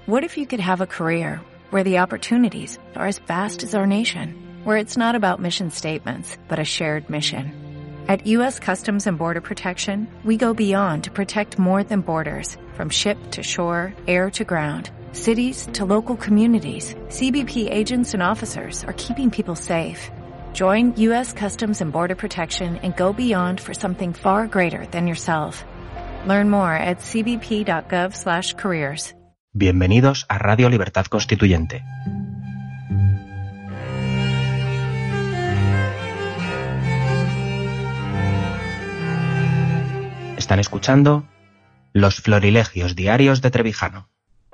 What if you could have a career where the opportunities are as vast as our nation, where it's not about mission statements, but a shared mission? At U.S. Customs and Border Protection, we go beyond to protect more than borders, from ship to shore, air to ground, cities to local communities. CBP agents and officers are keeping people safe. Join U.S. Customs and Border Protection and go beyond for something far greater than yourself. Learn more at cbp.gov/careers. Bienvenidos a Radio Libertad Constituyente. Están escuchando Los Florilegios Diarios de Trevijano.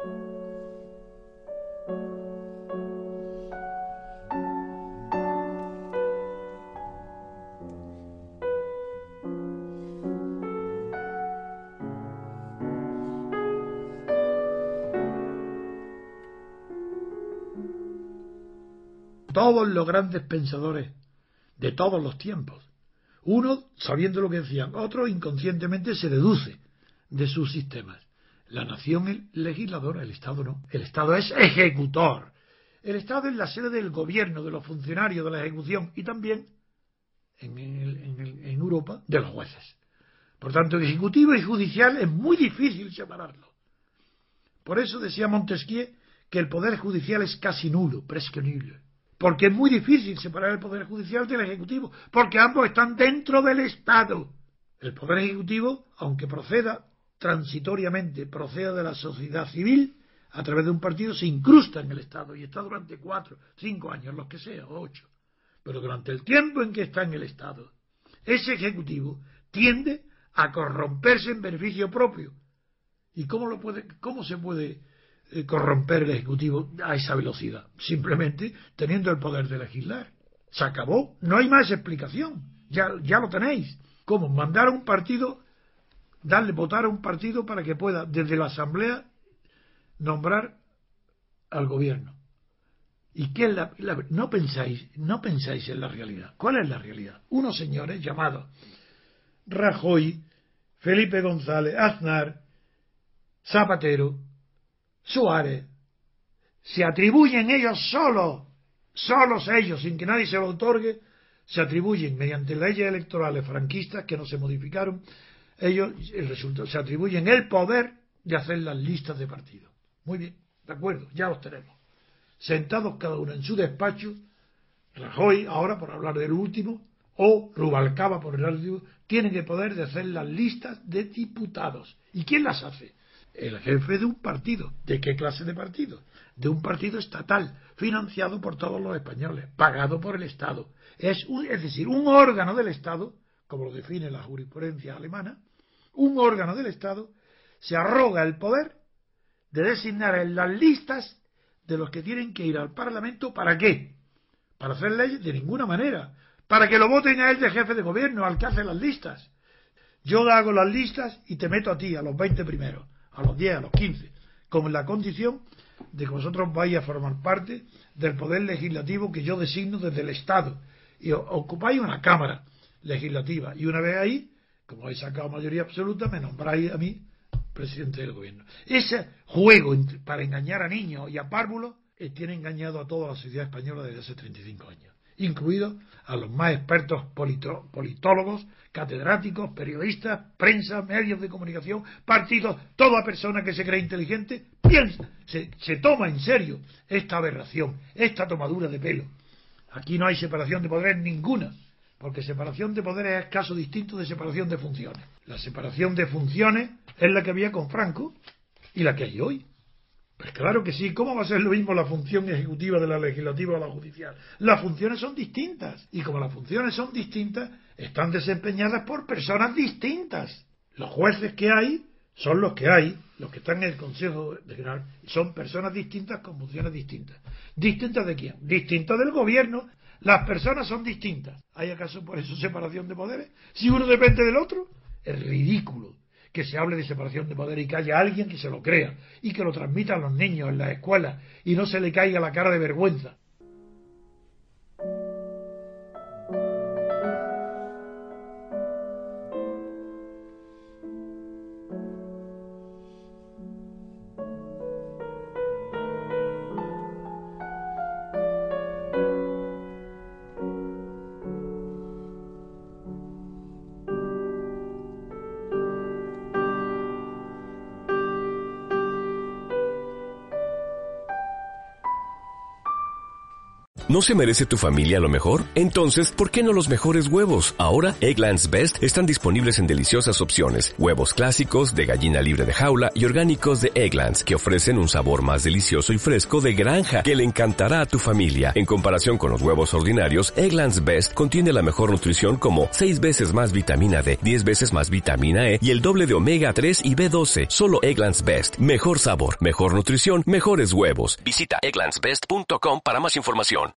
Todos los grandes pensadores de todos los tiempos, uno sabiendo lo que decían, otro inconscientemente se deduce de sus sistemas. La nación es legisladora, el Estado no. El Estado es ejecutor. El Estado es la sede del gobierno, de los funcionarios, de la ejecución y también, en Europa, de los jueces. Por tanto, ejecutivo y judicial es muy difícil separarlo. Por eso decía Montesquieu que el poder judicial es casi nulo, presque nulo. Porque es muy difícil separar el Poder Judicial del Ejecutivo, porque ambos están dentro del Estado. El Poder Ejecutivo, aunque proceda transitoriamente, proceda de la sociedad civil, a través de un partido, se incrusta en el Estado y está durante 4, 5 años, los que sea, o 8. Pero durante el tiempo en que está en el Estado, ese Ejecutivo tiende a corromperse en beneficio propio. ¿Y cómo se puede corromper el Ejecutivo a esa velocidad? Simplemente teniendo el poder de legislar. Se acabó, no hay más explicación, ya lo tenéis. ¿Cómo? Mandar a un partido, votar a un partido para que pueda desde la Asamblea nombrar al gobierno. ¿Y qué es no pensáis en la realidad? ¿Cuál es la realidad? Unos señores llamados Rajoy, Felipe González, Aznar, Zapatero, Suárez, se atribuyen ellos solos ellos, sin que nadie se lo otorgue, se atribuyen mediante leyes electorales franquistas que no se modificaron, ellos se atribuyen el poder de hacer las listas de partidos. Muy bien, de acuerdo, ya los tenemos. Sentados cada uno en su despacho, Rajoy, ahora por hablar del último, o Rubalcaba por el último, tienen el poder de hacer las listas de diputados. ¿Y quién las hace? El jefe de un partido. ¿De qué clase de partido? De un partido estatal, financiado por todos los españoles, pagado por el Estado. Es decir, un órgano del Estado, como lo define la jurisprudencia alemana, un órgano del Estado se arroga el poder de designar en las listas de los que tienen que ir al Parlamento. ¿Para qué? ¿Para hacer leyes? De ninguna manera. Para que lo voten a él de jefe de gobierno, al que hace las listas. Yo hago las listas y te meto a ti, a los 20 primeros, a los 10, a los 15, con la condición de que vosotros vais a formar parte del poder legislativo que yo designo desde el Estado y ocupáis una cámara legislativa y una vez ahí, como habéis sacado mayoría absoluta, me nombráis a mí presidente del gobierno. Ese juego para engañar a niños y a párvulos tiene engañado a toda la sociedad española desde hace 35 años, incluidos a los más expertos politólogos, catedráticos, periodistas, prensa, medios de comunicación, partidos. Toda persona que se cree inteligente piensa, se toma en serio esta aberración, esta tomadura de pelo. Aquí no hay separación de poderes ninguna, porque separación de poderes es caso distinto de separación de funciones. La separación de funciones es la que había con Franco y la que hay hoy. Pues claro que sí. ¿Cómo va a ser lo mismo la función ejecutiva de la legislativa o la judicial? Las funciones son distintas. Y como las funciones son distintas, están desempeñadas por personas distintas. Los jueces que hay son los que hay, los que están en el Consejo General, son personas distintas con funciones distintas. ¿Distintas de quién? Distintas del gobierno. Las personas son distintas. ¿Hay acaso por eso separación de poderes? Si uno depende del otro, es ridículo que se hable de separación de poder y que haya alguien que se lo crea y que lo transmita a los niños en las escuelas y no se le caiga la cara de vergüenza. ¿No se merece tu familia lo mejor? Entonces, ¿por qué no los mejores huevos? Ahora, Eggland's Best están disponibles en deliciosas opciones. Huevos clásicos, de gallina libre de jaula y orgánicos de Eggland's, que ofrecen un sabor más delicioso y fresco de granja, que le encantará a tu familia. En comparación con los huevos ordinarios, Eggland's Best contiene la mejor nutrición como 6 veces más vitamina D, 10 veces más vitamina E y el doble de omega 3 y B12. Solo Eggland's Best. Mejor sabor, mejor nutrición, mejores huevos. Visita egglandsbest.com para más información.